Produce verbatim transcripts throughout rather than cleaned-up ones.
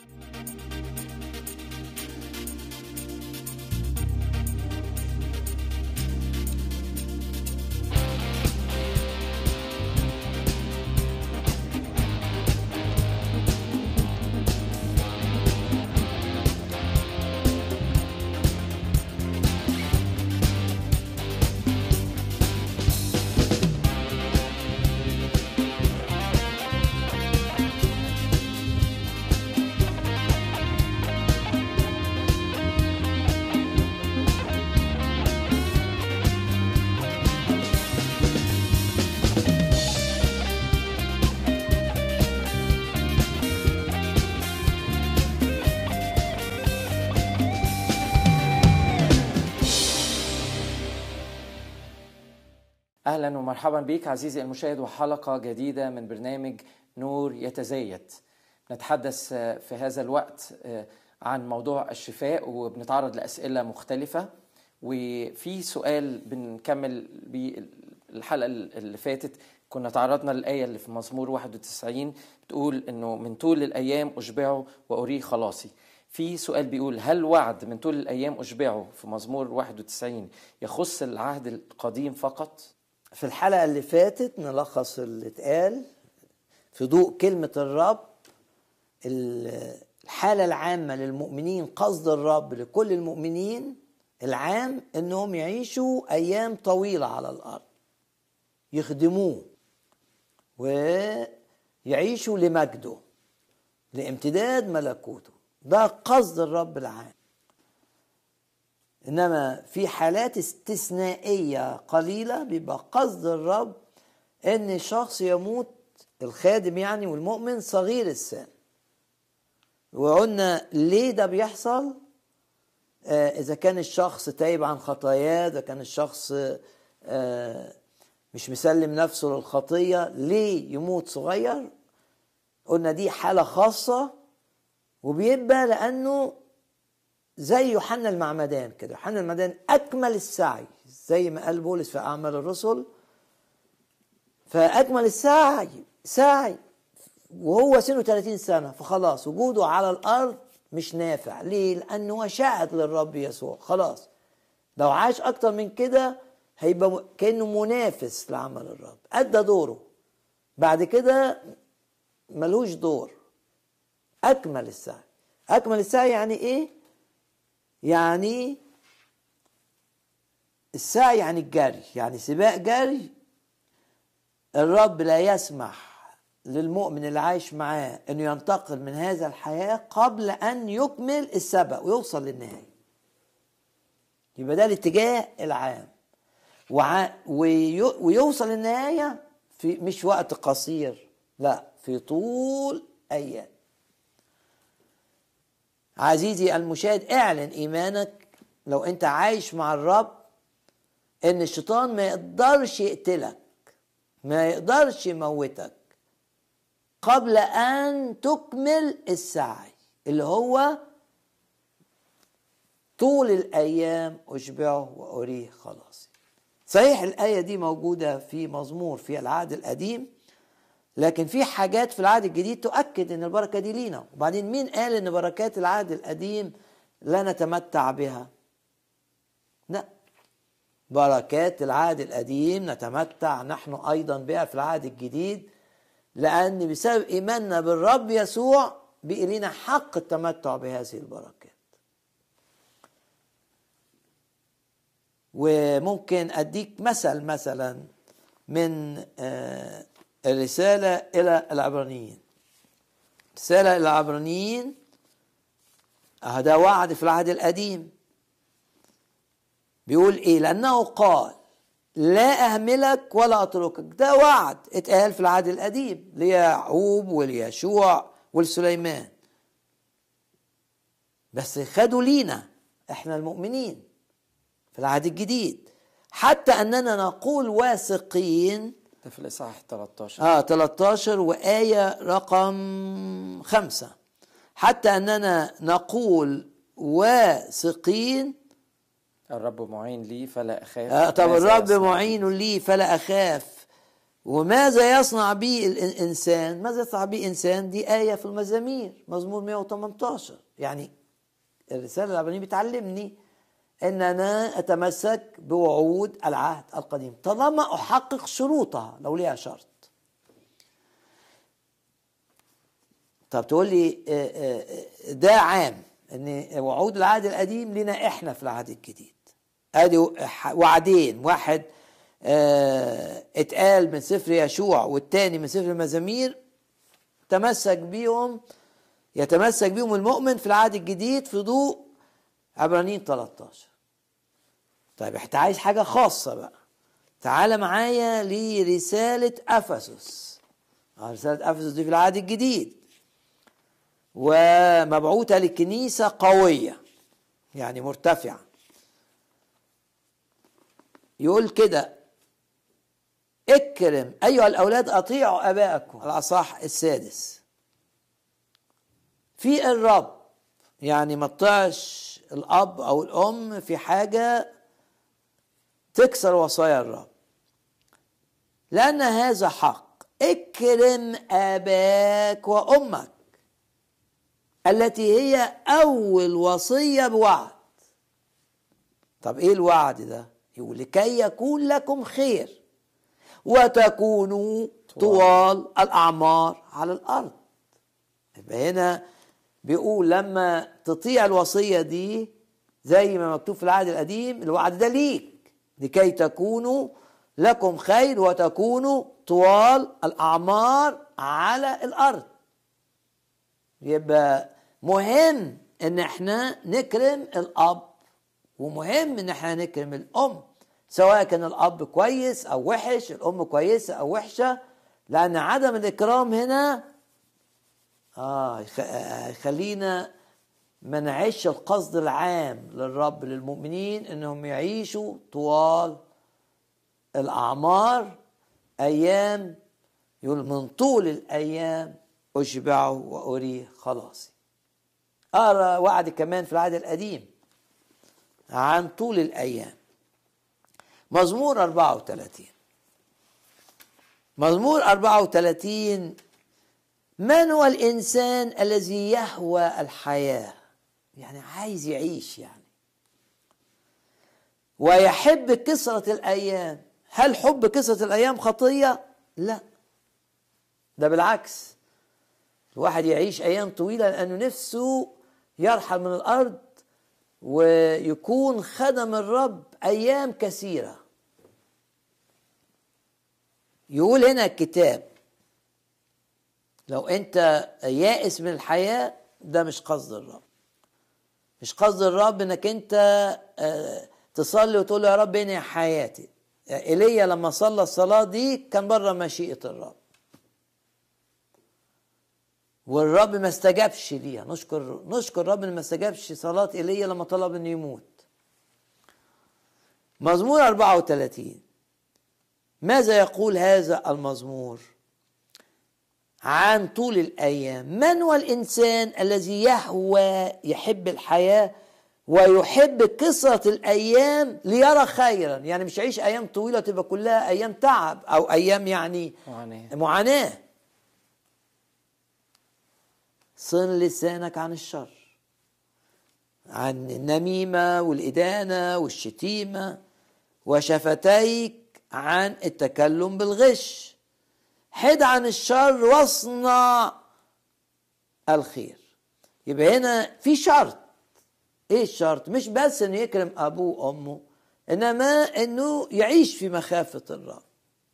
أهلا ومرحبا بك عزيزي المشاهد وحلقة جديدة من برنامج نور يتزايد. نتحدث في هذا الوقت عن موضوع الشفاء وبنتعرض لأسئلة مختلفة، وفي سؤال بنكمل بالحلقة اللي فاتت كنا تعرضنا للآية اللي في مزمور واحد وتسعين بتقول إنه من طول الأيام أشبعه وأريه خلاصي. في سؤال بيقول هل وعد من طول الأيام أشبعه في مزمور واحد وتسعين يخص العهد القديم فقط؟ في الحلقة اللي فاتت نلخص اللي اتقال في ضوء كلمة الرب. الحالة العامة للمؤمنين، قصد الرب لكل المؤمنين العام انهم يعيشوا ايام طويلة على الارض، يخدموه ويعيشوا لمجده لامتداد ملكوته. ده قصد الرب العام. إنما في حالات استثنائية قليلة بيبقى قصد الرب إن الشخص يموت، الخادم يعني والمؤمن، صغير السن. وقلنا ليه ده بيحصل؟ آه إذا كان الشخص تايب عن خطاياه، إذا كان الشخص آه مش مسلم نفسه للخطية، ليه يموت صغير؟ قلنا دي حالة خاصة، وبيبقى لأنه زي يوحنا المعمدان كده. يوحنا المعمدان أكمل السعي زي ما قال بولس في أعمال الرسل، فأكمل السعي سعي وهو سنه ثلاثين سنة، فخلاص وجوده على الأرض مش نافع. ليه؟ لأنه شاهد للرب يسوع. خلاص لو عاش أكتر من كده هيبقى كأنه منافس لعمل الرب، أدى دوره، بعد كده ملوش دور. أكمل السعي. أكمل السعي يعني إيه؟ يعني السعي يعني الجري، يعني سباق جري. الرب لا يسمح للمؤمن اللي عايش معاه انه ينتقل من هذا الحياة قبل ان يكمل السبق ويوصل للنهاية. يبقى ده الاتجاه العام، وع... وي... ويوصل للنهاية في مش وقت قصير، لا، في طول ايام. عزيزي المشاهد، اعلن ايمانك لو انت عايش مع الرب ان الشيطان ما يقدرش يقتلك، ما يقدرش يموتك قبل ان تكمل السعي اللي هو طول الايام اشبعه واريه خلاصي. صحيح الايه دي موجوده في مزمور في العهد القديم، لكن في حاجات في العهد الجديد تؤكد ان البركه دي لينا. وبعدين مين قال ان بركات العهد القديم لا نتمتع بها؟ لا، بركات العهد القديم نتمتع نحن ايضا بها في العهد الجديد، لان بسبب ايماننا بالرب يسوع بقي لنا حق التمتع بهذه البركات. وممكن اديك مثل مثلا من آه الرسالة إلى العبرانيين. رسالة إلى العبرانيين هذا وعد في العهد القديم. بيقول إيه؟ لأنه قال لا أهملك ولا أتركك. ده وعد اتقال في العهد القديم ليعقوب وليشوع ولسليمان، بس خدوا لينا إحنا المؤمنين في العهد الجديد، حتى أننا نقول واثقين. ده في الإصحاح ثلاثة عشر آه ثلاثة عشر وآية رقم خمسة. حتى أننا نقول واثقين الرب معين لي فلا أخاف. آه طب الرب معين لي فلا أخاف وماذا يصنع به الإنسان؟ ماذا يصنع به إنسان؟ دي آية في المزامير، مزمور مئة وثمانية عشر. يعني الرسالة العبرانية بتعلمني أن أنا أتمسك بوعود العهد القديم طالما أحقق شروطها، لو ليها شرط. طب تقول لي ده عام أن وعود العهد القديم لنا إحنا في العهد الجديد. أدي وعدين، واحد اه اتقال من سفر يشوع والتاني من سفر المزامير، تمسك بيهم يتمسك بيهم المؤمن في العهد الجديد في ضوء عبرانيين ثلاثة عشر. طيب انت عايز حاجة خاصة بقى، تعال معايا لرسالة أفسس. رسالة أفسس دي في العهد الجديد ومبعوثة للكنيسة قوية، يعني مرتفعة. يقول كده: اكرم أيها الأولاد أطيعوا أباءكم، الأصحاح السادس، في الرب. يعني ما تطيعش الأب أو الأم في حاجة تكسر وصايا الرب، لأن هذا حق. اكرم أباك وأمك التي هي أول وصية بوعد. طب إيه الوعد ده؟ يقول: لكي يكون لكم خير وتكونوا طوال الأعمار على الأرض. يبقى هنا بيقول لما تطيع الوصية دي زي ما مكتوب في العهد القديم، الوعد ده ليك: لكي تكونوا لكم خير وتكونوا طوال الأعمار على الأرض. يبقى مهم ان احنا نكرم الأب، ومهم ان احنا نكرم الأم، سواء كان الأب كويس أو وحش، الأم كويسة أو وحشة، لأن عدم الإكرام هنا آه يخلينا ما نعيش القصد العام للرب للمؤمنين انهم يعيشوا طوال الاعمار. ايام يقول: من طول الايام اشبعه واريه خلاصي. اقرا وعد كمان في العهد القديم عن طول الايام. مزمور أربعة وثلاثين. مزمور أربعة وثلاثين: من هو الإنسان الذي يهوى الحياة؟ يعني عايز يعيش يعني، ويحب كثرة الأيام. هل حب كثرة الأيام خطية؟ لا، ده بالعكس. الواحد يعيش أيام طويلة لأنه نفسه يرحل من الأرض ويكون خدم الرب أيام كثيرة. يقول هنا الكتاب: لو أنت يائس من الحياة، ده مش قصد الرب. مش قصد الرب انك انت تصلي وتقول يا رب انهي حياتي. ايليا لما صلى الصلاة دي كان بره مشيئة الرب، والرب ما استجابش ليها. نشكر نشكر الرب ان ما استجابش صلاة ايليا لما طلب انه يموت. مزمور أربعة وثلاثين: ماذا يقول هذا المزمور عن طول الأيام؟ من هو الإنسان الذي يهوى يحب الحياة ويحب كثرة الأيام ليرى خيرا؟ يعني مش يعيش أيام طويلة تبقى كلها أيام تعب أو أيام يعني معاناة, معاناة. صن لسانك عن الشر، عن النميمة والإدانة والشتيمة، وشفتيك عن التكلم بالغش. حد عن الشر واصنع الخير. يبقى هنا في شرط. ايه الشرط؟ مش بس انه يكرم ابوه وامه، انما انه يعيش في مخافة الرب.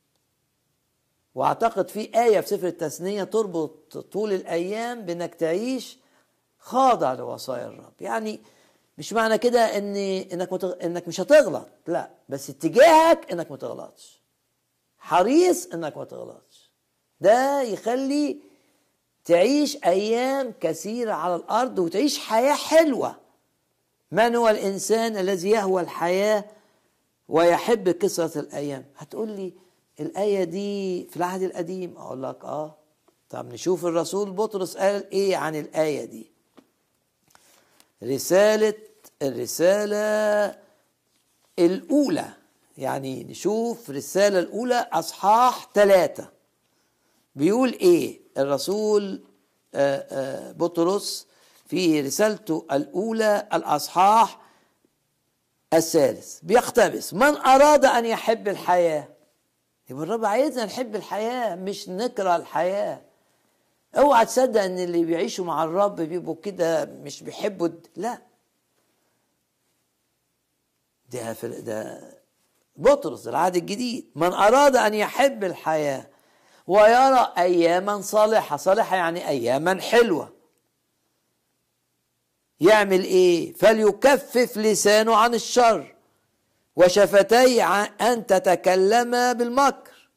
واعتقد في آية في سفر التثنية تربط طول الايام بانك تعيش خاضع لوصايا الرب. يعني مش معنى كده ان انك متغ... انك مش هتغلط، لا، بس اتجاهك انك ما تغلطش، حريص انك ما تغلطش. ده يخلي تعيش ايام كثيرة على الارض وتعيش حياة حلوة. من هو الانسان الذي يهوى الحياة ويحب كثرة الايام؟ هتقول لي الاية دي في العهد القديم، اقول لك اه. طب نشوف الرسول بطرس قال ايه عن الاية دي. رسالة الرسالة الاولى يعني نشوف الرسالة الأولى أصحاح ثلاثة بيقول إيه الرسول بطرس في رسالته الأولى الأصحاح الثالث، بيقتبس: من أراد أن يحب الحياة. يبقى الرب عايزنا نحب الحياة مش نكره الحياة. اوعى تصدق ان اللي بيعيشوا مع الرب بيبقوا كده مش بيحبوا، لا، ده ده بطرس العهد الجديد. من أراد أن يحب الحياة ويرى أياما صالحة، صالحة يعني أياما حلوة، يعمل إيه؟ فليكفف لسانه عن الشر وشفتي أن تتكلم بالمكر،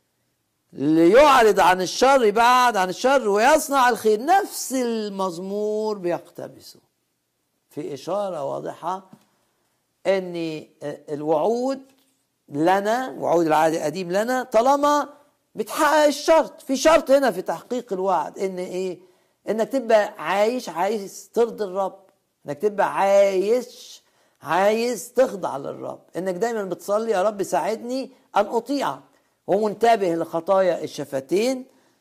ليعرض عن الشر، يبعد عن الشر ويصنع الخير. نفس المزمور بيقتبسه في إشارة واضحة ان الوعود لنا، وعود العهد القديم لنا، طالما بتحقق الشرط. في شرط هنا في تحقيق الوعد، ان ايه؟ انك تبقى عايش عايز ترضي الرب، انك تبقى عايش عايز تخضع للرب، انك دايما بتصلي يا رب ساعدني ان اطيعك، ومنتبه لخطايا الشفتين،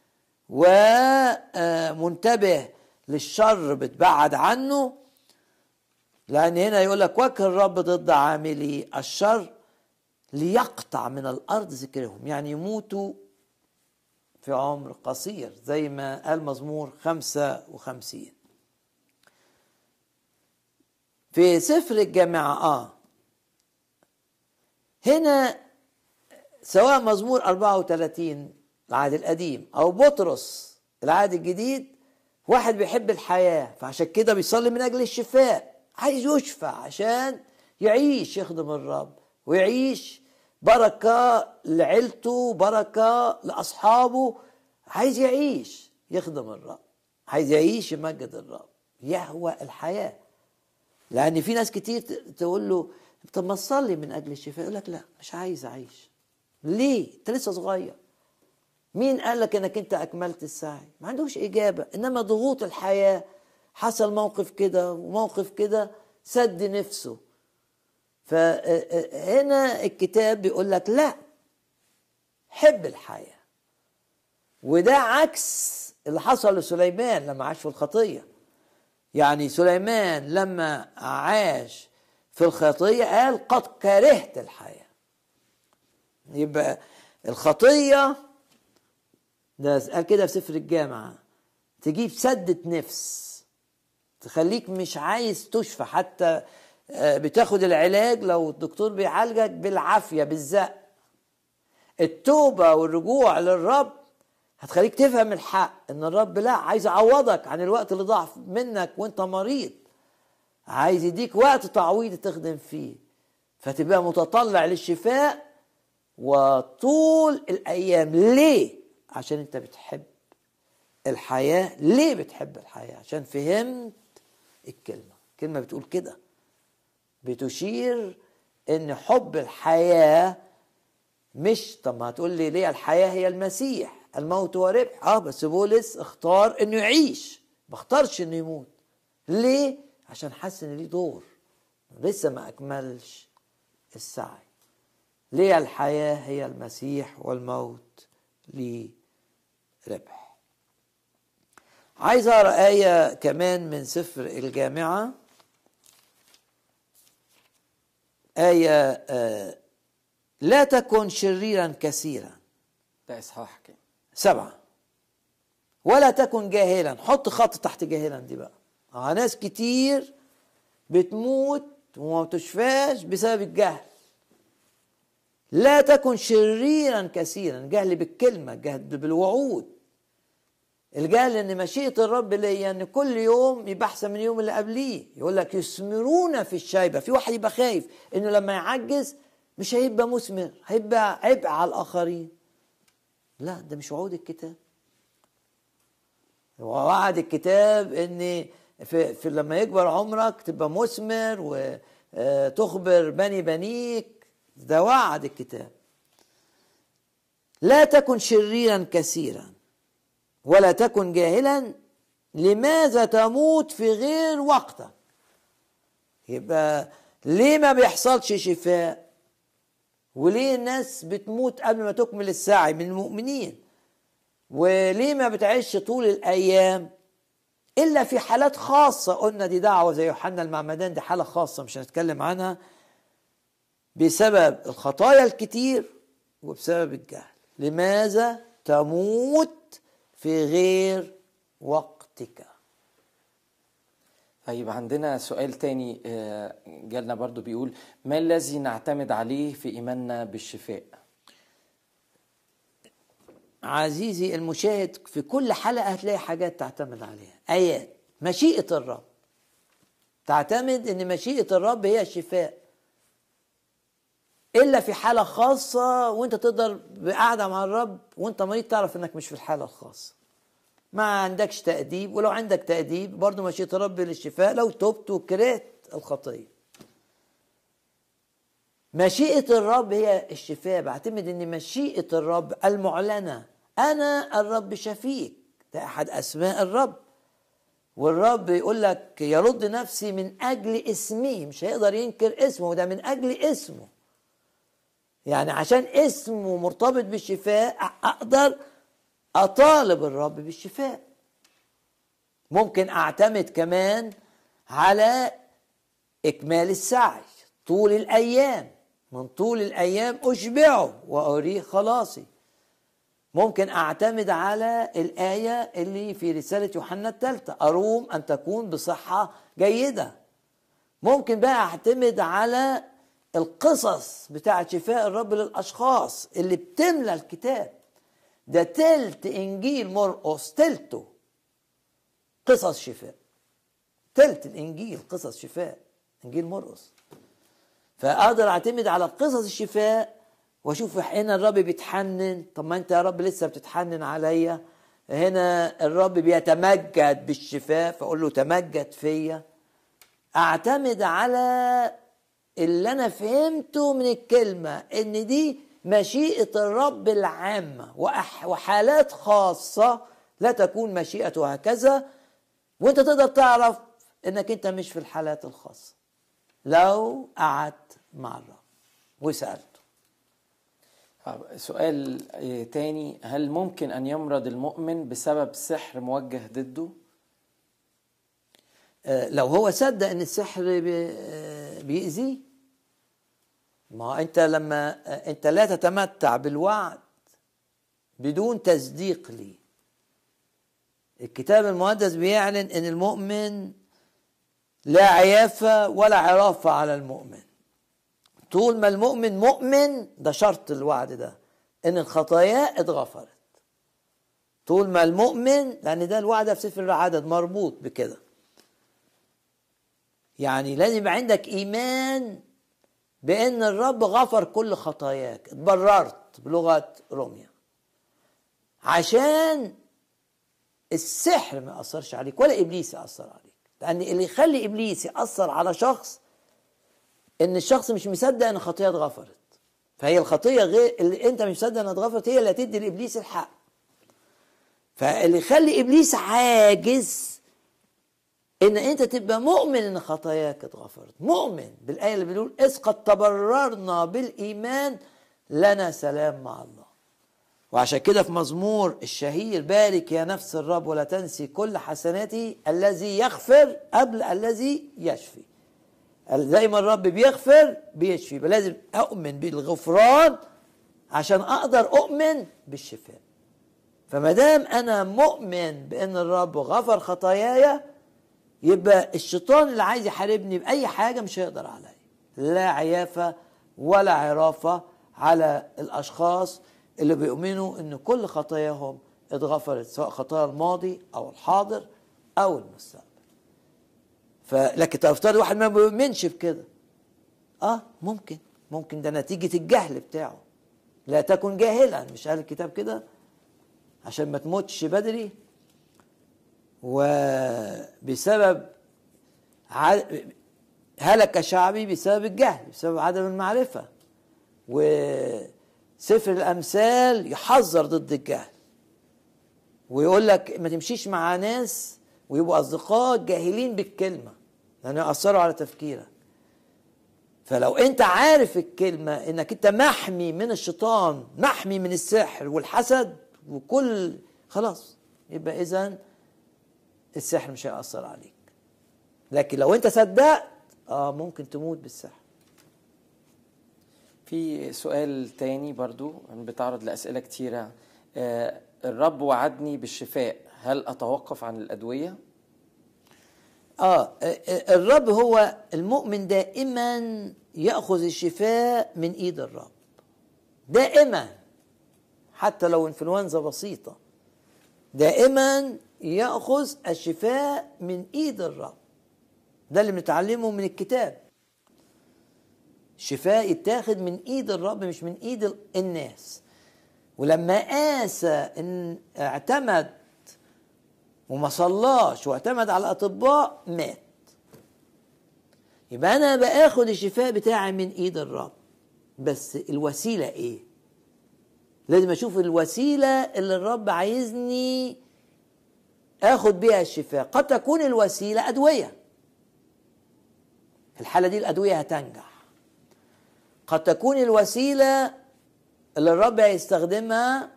ومنتبه للشر بتبعد عنه. لأن هنا يقول لك: وجه الرب ضد عاملي الشر ليقطع من الأرض ذكرهم، يعني يموتوا في عمر قصير، زي ما قال مزمور خمسة وخمسين في سفر الجامعة. آه هنا سواء مزمور أربعة وثلاثين العهد القديم أو بطرس العهد الجديد، واحد بيحب الحياة، فعشان كده بيصلي من أجل الشفاء، عايز يشفى عشان يعيش يخدم الرب ويعيش بركة لعيلته، بركة لأصحابه، عايز يعيش يخدم الرب، عايز يعيش يمجد الرب، يهوى الحياة. لأن في ناس كتير تقول له: طب ما تصلي من أجل الشفاء، يقول لك: لا، مش عايز أعيش. ليه؟ أنت لسه صغير. مين قال لك انك انت اكملت السعي؟ ما عندوش اجابه. انما ضغوط الحياه، حصل موقف كده وموقف كده سد نفسه. فهنا الكتاب بيقول لك: لا، حب الحياه. وده عكس اللي حصل لسليمان لما عاش في الخطيه. يعني سليمان لما عاش في الخطيه قال: قد كرهت الحياه. يبقى الخطيه ده قال كده في سفر الجامعة، تجيب سدة نفس، تخليك مش عايز تشفى. حتى بتاخد العلاج لو الدكتور بيعالجك بالعافية بالزق. التوبة والرجوع للرب هتخليك تفهم الحق، ان الرب لا، عايز يعوضك عن الوقت اللي ضاع منك وانت مريض، عايز يديك وقت تعويض تخدم فيه، فتبقى متطلع للشفاء وطول الأيام. ليه؟ عشان انت بتحب الحياة. ليه بتحب الحياة؟ عشان فهمت الكلمة. الكلمة بتقول كده، بتشير ان حب الحياة مش، طب ما هتقول لي ليه؟ الحياة هي المسيح، الموت هو ربح. اه بس بولس اختار انه يعيش، ما اختارش انه يموت. ليه؟ عشان حس ان ليه دور، لسه ما اكملش السعي. ليه الحياة هي المسيح والموت ليه ربح. عايز اقرا آية كمان من سفر الجامعة، آية آه لا تكن شريرا كثيرا. ده إصحاح كام؟ سبعة. ولا تكن جاهلا. حط خط تحت جاهلا دي بقى. اه ناس كتير بتموت وما تشفاش بسبب الجهل. لا تكن شريرا كثيرا، جهل بالكلمة، جهل بالوعود، الجهل ان مشيئة الرب ليا ان كل يوم يبقى احسن من اليوم اللي قبليه. يقول لك يثمرون في الشيبة. في واحد يبقى خايف انه لما يعجز مش هيبقى مثمر، هيبقى عبء على الاخرين. لا، ده مش وعود الكتاب. ووعد الكتاب ان في, في لما يكبر عمرك تبقى مثمر وتخبر بني بنيك. ده وعد الكتاب. لا تكن شريرا كثيرا ولا تكن جاهلا، لماذا تموت في غير وقتك؟ يبقى ليه ما بيحصلش شفاء وليه الناس بتموت قبل ما تكمل السعي من المؤمنين؟ وليه ما بتعيش طول الأيام إلا في حالات خاصة؟ قلنا دي دعوة زي يوحنا المعمدان، دي حالة خاصة مش هنتكلم عنها، بسبب الخطايا الكتير وبسبب الجهل. لماذا تموت في غير وقتك؟ طيب عندنا سؤال تاني جالنا برضو بيقول: ما الذي نعتمد عليه في إيماننا بالشفاء؟ عزيزي المشاهد، في كل حلقة هتلاقي حاجات تعتمد عليها، آيات. مشيئة الرب، تعتمد ان مشيئة الرب هي الشفاء، إلا في حالة خاصة وانت تقدر بقعدة مع الرب وانت مريض تعرف انك مش في الحالة الخاصة، ما عندكش تأديب، ولو عندك تأديب برضو مشيئة الرب للشفاء لو تبت وكرهت الخطية. مشيئة الرب هي الشفاء. بعتمد ان مشيئة الرب المعلنة، انا الرب شفيك، ده احد اسماء الرب. والرب يقول لك يرد نفسي من اجل اسمه، مش هيقدر ينكر اسمه، ده من اجل اسمه. يعني عشان اسمه مرتبط بالشفاء اقدر اطالب الرب بالشفاء. ممكن اعتمد كمان على اكمال السعي طول الايام، من طول الايام اشبعه واريه خلاصي. ممكن اعتمد على الايه اللي في رساله يوحنا الثالثه: اروم ان تكون بصحه جيده. ممكن بقى اعتمد على القصص بتاعه شفاء الرب للاشخاص اللي بتملى الكتاب. ده تلت انجيل مرقس، تلته قصص شفاء، تلت الانجيل قصص شفاء، انجيل مرقس. فاقدر اعتمد على قصص الشفاء واشوف هنا الرب بيتحنن، طب ما انت يا رب لسه بتتحنن عليا. هنا الرب بيتمجد بالشفاء فاقول له تمجد فيا. اعتمد على اللي انا فهمته من الكلمه ان دي مشيئه الرب العامه، وحالات خاصه لا تكون مشيئته هكذا، وانت تقدر تعرف انك انت مش في الحالات الخاصه لو قعدت مع الرب وسالته. سؤال تاني: هل ممكن ان يمرض المؤمن بسبب سحر موجه ضده؟ لو هو صدق ان السحر بيأذيه. ما انت لما انت لا تتمتع بالوعد بدون تصديق ليه. الكتاب المقدس بيعلن ان المؤمن لا عيافة ولا عرافة على المؤمن. طول ما المؤمن مؤمن، ده شرط الوعد ده، ان الخطايا اتغفرت. طول ما المؤمن، لان ده الوعد في سفر العدد مربوط بكده. يعني لازم يبقى عندك ايمان بان الرب غفر كل خطاياك، اتبررت بلغة روميا، عشان السحر ما يأثرش عليك ولا ابليس يأثر عليك. لان اللي يخلي ابليس يأثر على شخص ان الشخص مش مصدق ان خطيئة اتغفرت. فهي الخطيئة غير اللي انت مش مصدق انها اتغفرت هي اللي هتدي لابليس الحق. فاللي يخلي ابليس عاجز ان انت تبقى مؤمن ان خطاياك اتغفرت، مؤمن بالايه اللي بتقول اذ قد تبررنا بالايمان لنا سلام مع الله. وعشان كده في مزمور الشهير: بارك يا نفس الرب ولا تنسي كل حسناتي الذي يغفر قبل الذي يشفي. زي ما الرب بيغفر بيشفي، لازم اؤمن بالغفران عشان اقدر اؤمن بالشفاء. فما دام انا مؤمن بان الرب غفر خطاياي، يبقى الشيطان اللي عايز يحاربني باي حاجه مش هيقدر عليا. لا عيافه ولا عرافه على الاشخاص اللي بيؤمنوا ان كل خطاياهم اتغفرت، سواء خطايا الماضي او الحاضر او المستقبل. فلكن تفترض واحد ما بيؤمنش بكده، اه ممكن ممكن ده نتيجه الجهل بتاعه. لا تكن جاهلا، مش قال الكتاب كده؟ عشان ما تموتش بدري. وبسبب هلك شعبي بسبب الجهل، بسبب عدم المعرفة. وسفر الأمثال يحذر ضد الجهل ويقول لك ما تمشيش مع ناس ويبقوا أصدقاء جاهلين بالكلمة لأنه يأثروا على تفكيرك. فلو انت عارف الكلمة انك انت محمي من الشيطان، محمي من السحر والحسد وكل، خلاص يبقى اذن السحر مش هيأثر عليك. لكن لو انت صدقت اه ممكن تموت بالسحر. في سؤال تاني برضو بتعرض لأسئلة كتيرة. آه الرب وعدني بالشفاء، هل أتوقف عن الأدوية؟ آه الرب هو المؤمن دائما يأخذ الشفاء من إيد الرب دائما، حتى لو انفلونزا بسيطة دائما يأخذ الشفاء من إيد الرب. ده اللي بنتعلمه من الكتاب، الشفاء يتاخد من إيد الرب مش من إيد الناس. ولما آسى إن اعتمد وما صلاش واعتمد على الأطباء مات. يبقى أنا بأخد الشفاء بتاعي من إيد الرب، بس الوسيلة إيه؟ لازم أشوف الوسيلة اللي الرب عايزني أخد بيها الشفاء. قد تكون الوسيلة أدوية، في الحالة دي الأدوية هتنجح. قد تكون الوسيلة اللي الرب هيستخدمها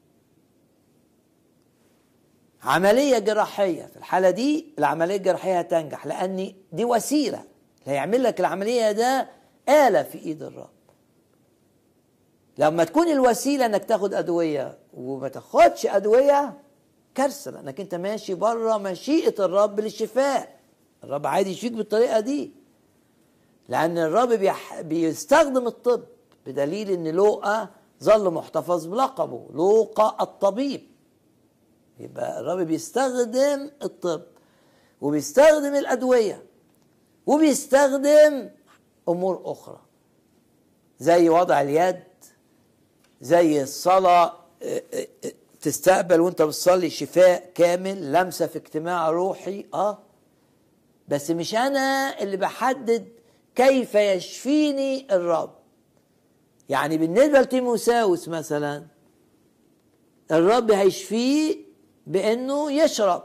عملية جراحية، في الحالة دي العملية الجراحية هتنجح، لأن دي وسيلة اللي هيعمل لك العملية ده آلة في إيد الرب. لما تكون الوسيلة انك تاخد أدوية وما تاخدش أدوية، كارثة، لأنك انت ماشي بره مشيئة الرب للشفاء. الرب عايز يشفيك بالطريقة دي، لأن الرب بيح... بيستخدم الطب، بدليل ان لوقا ظل محتفظ بلقبه لوقا الطبيب. يبقى الرب بيستخدم الطب وبيستخدم الأدوية وبيستخدم أمور أخرى زي وضع اليد، زي الصلاة تستقبل وانت بتصلي شفاء كامل، لمسة في اجتماع روحي. اه بس مش أنا اللي بحدد كيف يشفيني الرب. يعني بالنسبة لتيموساوس مثلا، الرب هيشفيه بأنه يشرب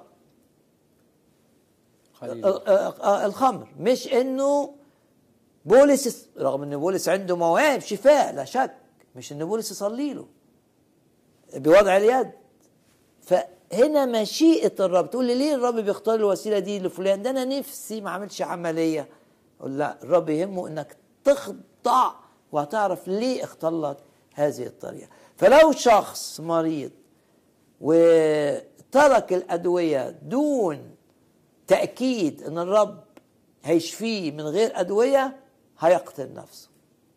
الخمر، مش أنه بولس، رغم أن بولس عنده مواهب شفاء لا شك، مش أن بولس يصلي له بوضع اليد. فهنا مشيئة الرب. تقول لي ليه الرب بيختار الوسيلة دي لفلان؟ ده أنا نفسي ما عملش عملية. أقول لا، الرب يهمه أنك تخضع وهتعرف ليه اختار لك هذه الطريقة. فلو شخص مريض وترك الأدوية دون تأكيد أن الرب هيشفيه من غير أدوية، هيقتل نفسه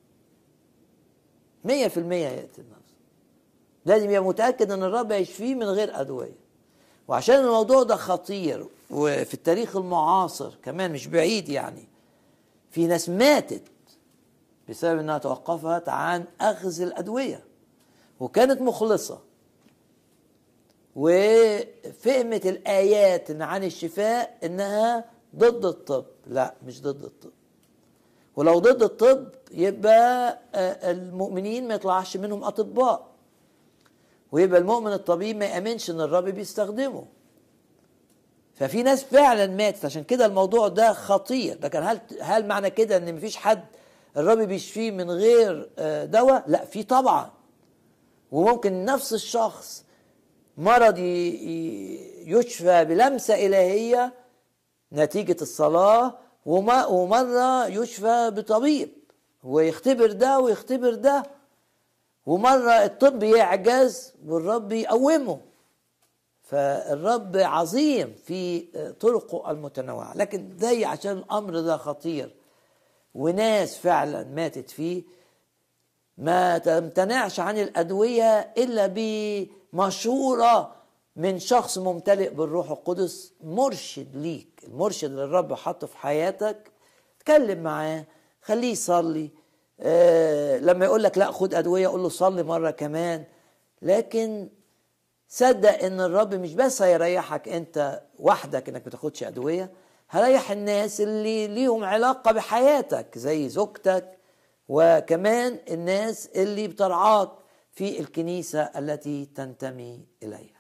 مية في المية، هيقتل نفسه. لازم يبقى متأكد أن الرب هيشفيه من غير أدوية. وعشان الموضوع ده خطير، وفي التاريخ المعاصر كمان مش بعيد، يعني في ناس ماتت بسبب أنها توقفت عن أخذ الأدوية وكانت مخلصة وفهمت الآيات عن الشفاء إنها ضد الطب. لا، مش ضد الطب. ولو ضد الطب يبقى المؤمنين ما يطلعش منهم أطباء، ويبقى المؤمن الطبيب ما يأمنش إن الرب بيستخدمه. ففي ناس فعلا ماتت. عشان كده الموضوع ده خطير. لكن هل هل معنى كده إن مفيش حد الرب بيشفيه من غير دواء؟ لا، في طبعا. وممكن نفس الشخص مرض يشفى بلمسة إلهية نتيجة الصلاة، ومرة يشفى بطبيب ويختبر ده ويختبر ده، ومرة الطب يعجز والرب يقومه. فالرب عظيم في طرقه المتنوعة. لكن زي عشان الأمر ده خطير وناس فعلا ماتت فيه، ما تمتنعش عن الأدوية إلا بمشورة من شخص ممتلئ بالروح القدس، مرشد ليك، المرشد اللي الرب حطه في حياتك. تكلم معاه، خليه يصلي. آه لما يقول لك لا خد أدوية، قول له صلي مرة كمان. لكن صدق ان الرب مش بس هيريحك انت وحدك انك ما تاخدش أدوية، هريح الناس اللي ليهم علاقة بحياتك زي زوجتك، وكمان الناس اللي بترعاك في الكنيسة التي تنتمي إليها.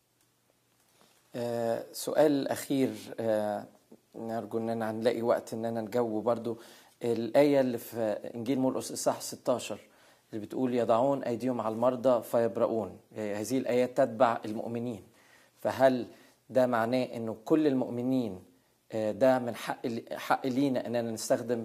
آه سؤال أخير، آه نرجو أننا هنلاقي وقت أننا نجاوب برضو. الآية اللي في إنجيل مرقس إصحاح ستة عشر اللي بتقول يضعون أيديهم على المرضى فيبرؤون، هذه الآيات تتبع المؤمنين. فهل ده معناه إنه كل المؤمنين ده من حق حق لينا إننا نستخدم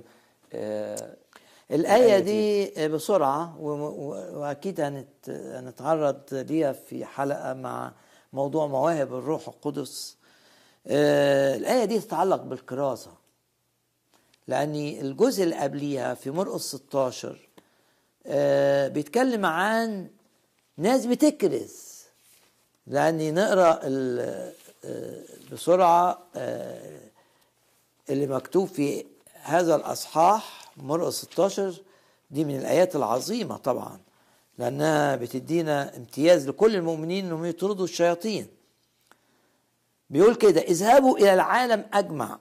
الآية دي بسرعة؟ وأكيد هنتعرض ليها في حلقة مع موضوع مواهب الروح القدس. الآية دي تتعلق بالكرازة، لأن الجزء اللي قبليها في مرقس ستة عشر بيتكلم عن ناس بتكرز. لأني نقرأ بسرعة اللي مكتوب في هذا الأصحاح مرقس ستة عشر. دي من الآيات العظيمة طبعا، لأنها بتدينا امتياز لكل المؤمنين أنهم يطردوا الشياطين. بيقول كده: اذهبوا إلى العالم أجمع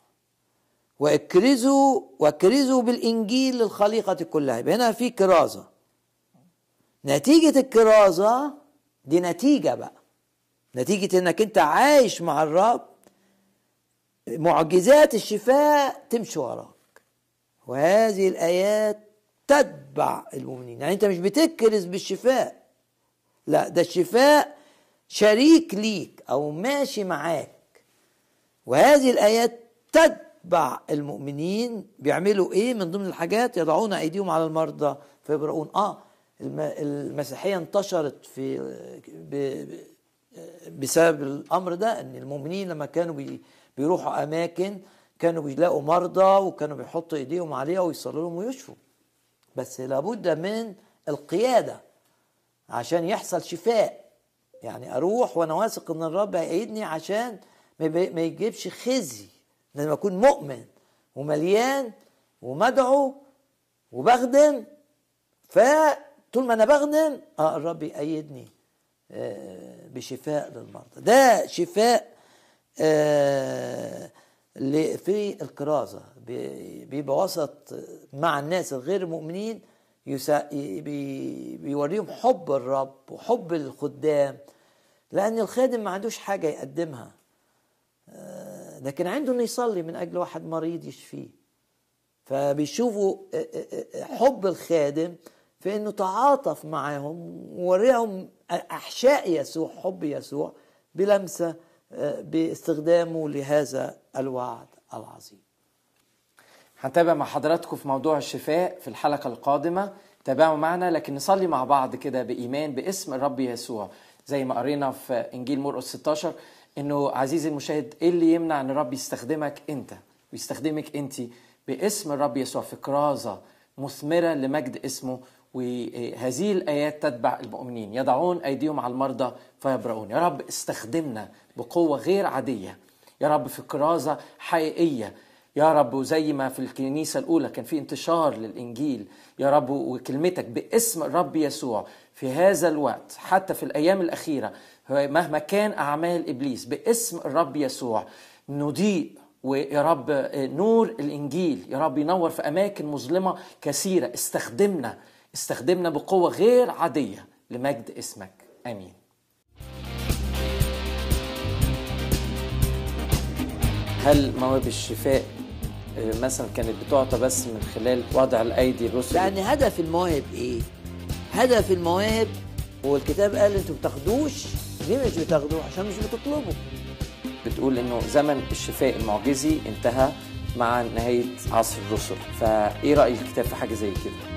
واكرزوا واكرزوا بالإنجيل للخليقة كلها. يبقى هنا في كرازة. نتيجة الكرازة دي نتيجة بقى، نتيجة انك انت عايش مع الرب، معجزات الشفاء تمشي وراك، وهذه الآيات تتبع المؤمنين. يعني انت مش بتكرز بالشفاء، لا، ده الشفاء شريك ليك او ماشي معاك. وهذه الآيات تتبع المؤمنين. بيعملوا ايه من ضمن الحاجات؟ يضعون ايديهم على المرضى فيبرؤون. اه المسيحية انتشرت في بسبب الامر ده، ان المؤمنين لما كانوا بيروحوا اماكن كانوا بيلاقوا مرضى وكانوا بيحطوا ايديهم عليها ويصلوا لهم ويشفوا. بس لابد من القيادة عشان يحصل شفاء. يعني اروح وانا واثق ان الرب هيأيدني عشان ما يجيبش خزي، لما اكون مؤمن ومليان ومدعو وبخدم. فطول ما انا بخدم اه الرب يأيدني آه بشفاء للمرضى. ده شفاء آه في الكرازة، بيبقى وسط مع الناس الغير مؤمنين، بيوريهم حب الرب وحب الخدام، لأن الخادم ما عندوش حاجة يقدمها، لكن عنده انه يصلي من أجل واحد مريض يشفيه. فبيشوفوا حب الخادم في انه تعاطف معهم ووريهم احشاء يسوع، حب يسوع، بلمسه باستخدامه لهذا الوعد العظيم. هنتابع مع حضراتكم في موضوع الشفاء في الحلقة القادمة. تابعوا معنا، لكن نصلي مع بعض كده بإيمان باسم الرب يسوع، زي ما قرينا في إنجيل مرقس ستة عشر إنه عزيزي المشاهد، إيه اللي يمنع إن الرب يستخدمك أنت ويستخدمك أنت باسم الرب يسوع في كرازة مثمرة لمجد اسمه. وهذه الآيات تتبع المؤمنين، يضعون أيديهم على المرضى فيبرؤون. يا رب استخدمنا بقوة غير عادية يا رب في كرازة حقيقية يا رب، وزي ما في الكنيسة الأولى كان في انتشار للإنجيل يا رب وكلمتك باسم الرب يسوع. في هذا الوقت حتى في الأيام الأخيرة مهما كان أعمال إبليس، باسم الرب يسوع نضيء، ويا رب نور الإنجيل يا رب ينور في أماكن مظلمة كثيرة. استخدمنا استخدمنا بقوة غير عادية لمجد اسمك. آمين. هل موهبة الشفاء مثلا كانت بتعطى بس من خلال وضع الأيدي الرسل؟ لأن هدف المواهب إيه؟ هدف المواهب هو الكتاب قال أنتم بتاخدوش. ليه مش بتاخدوه؟ عشان مش بتطلبوا. بتقول إنه زمن الشفاء المعجزي انتهى مع نهاية عصر الرسل. فإيه رأي الكتاب في حاجة زي كده؟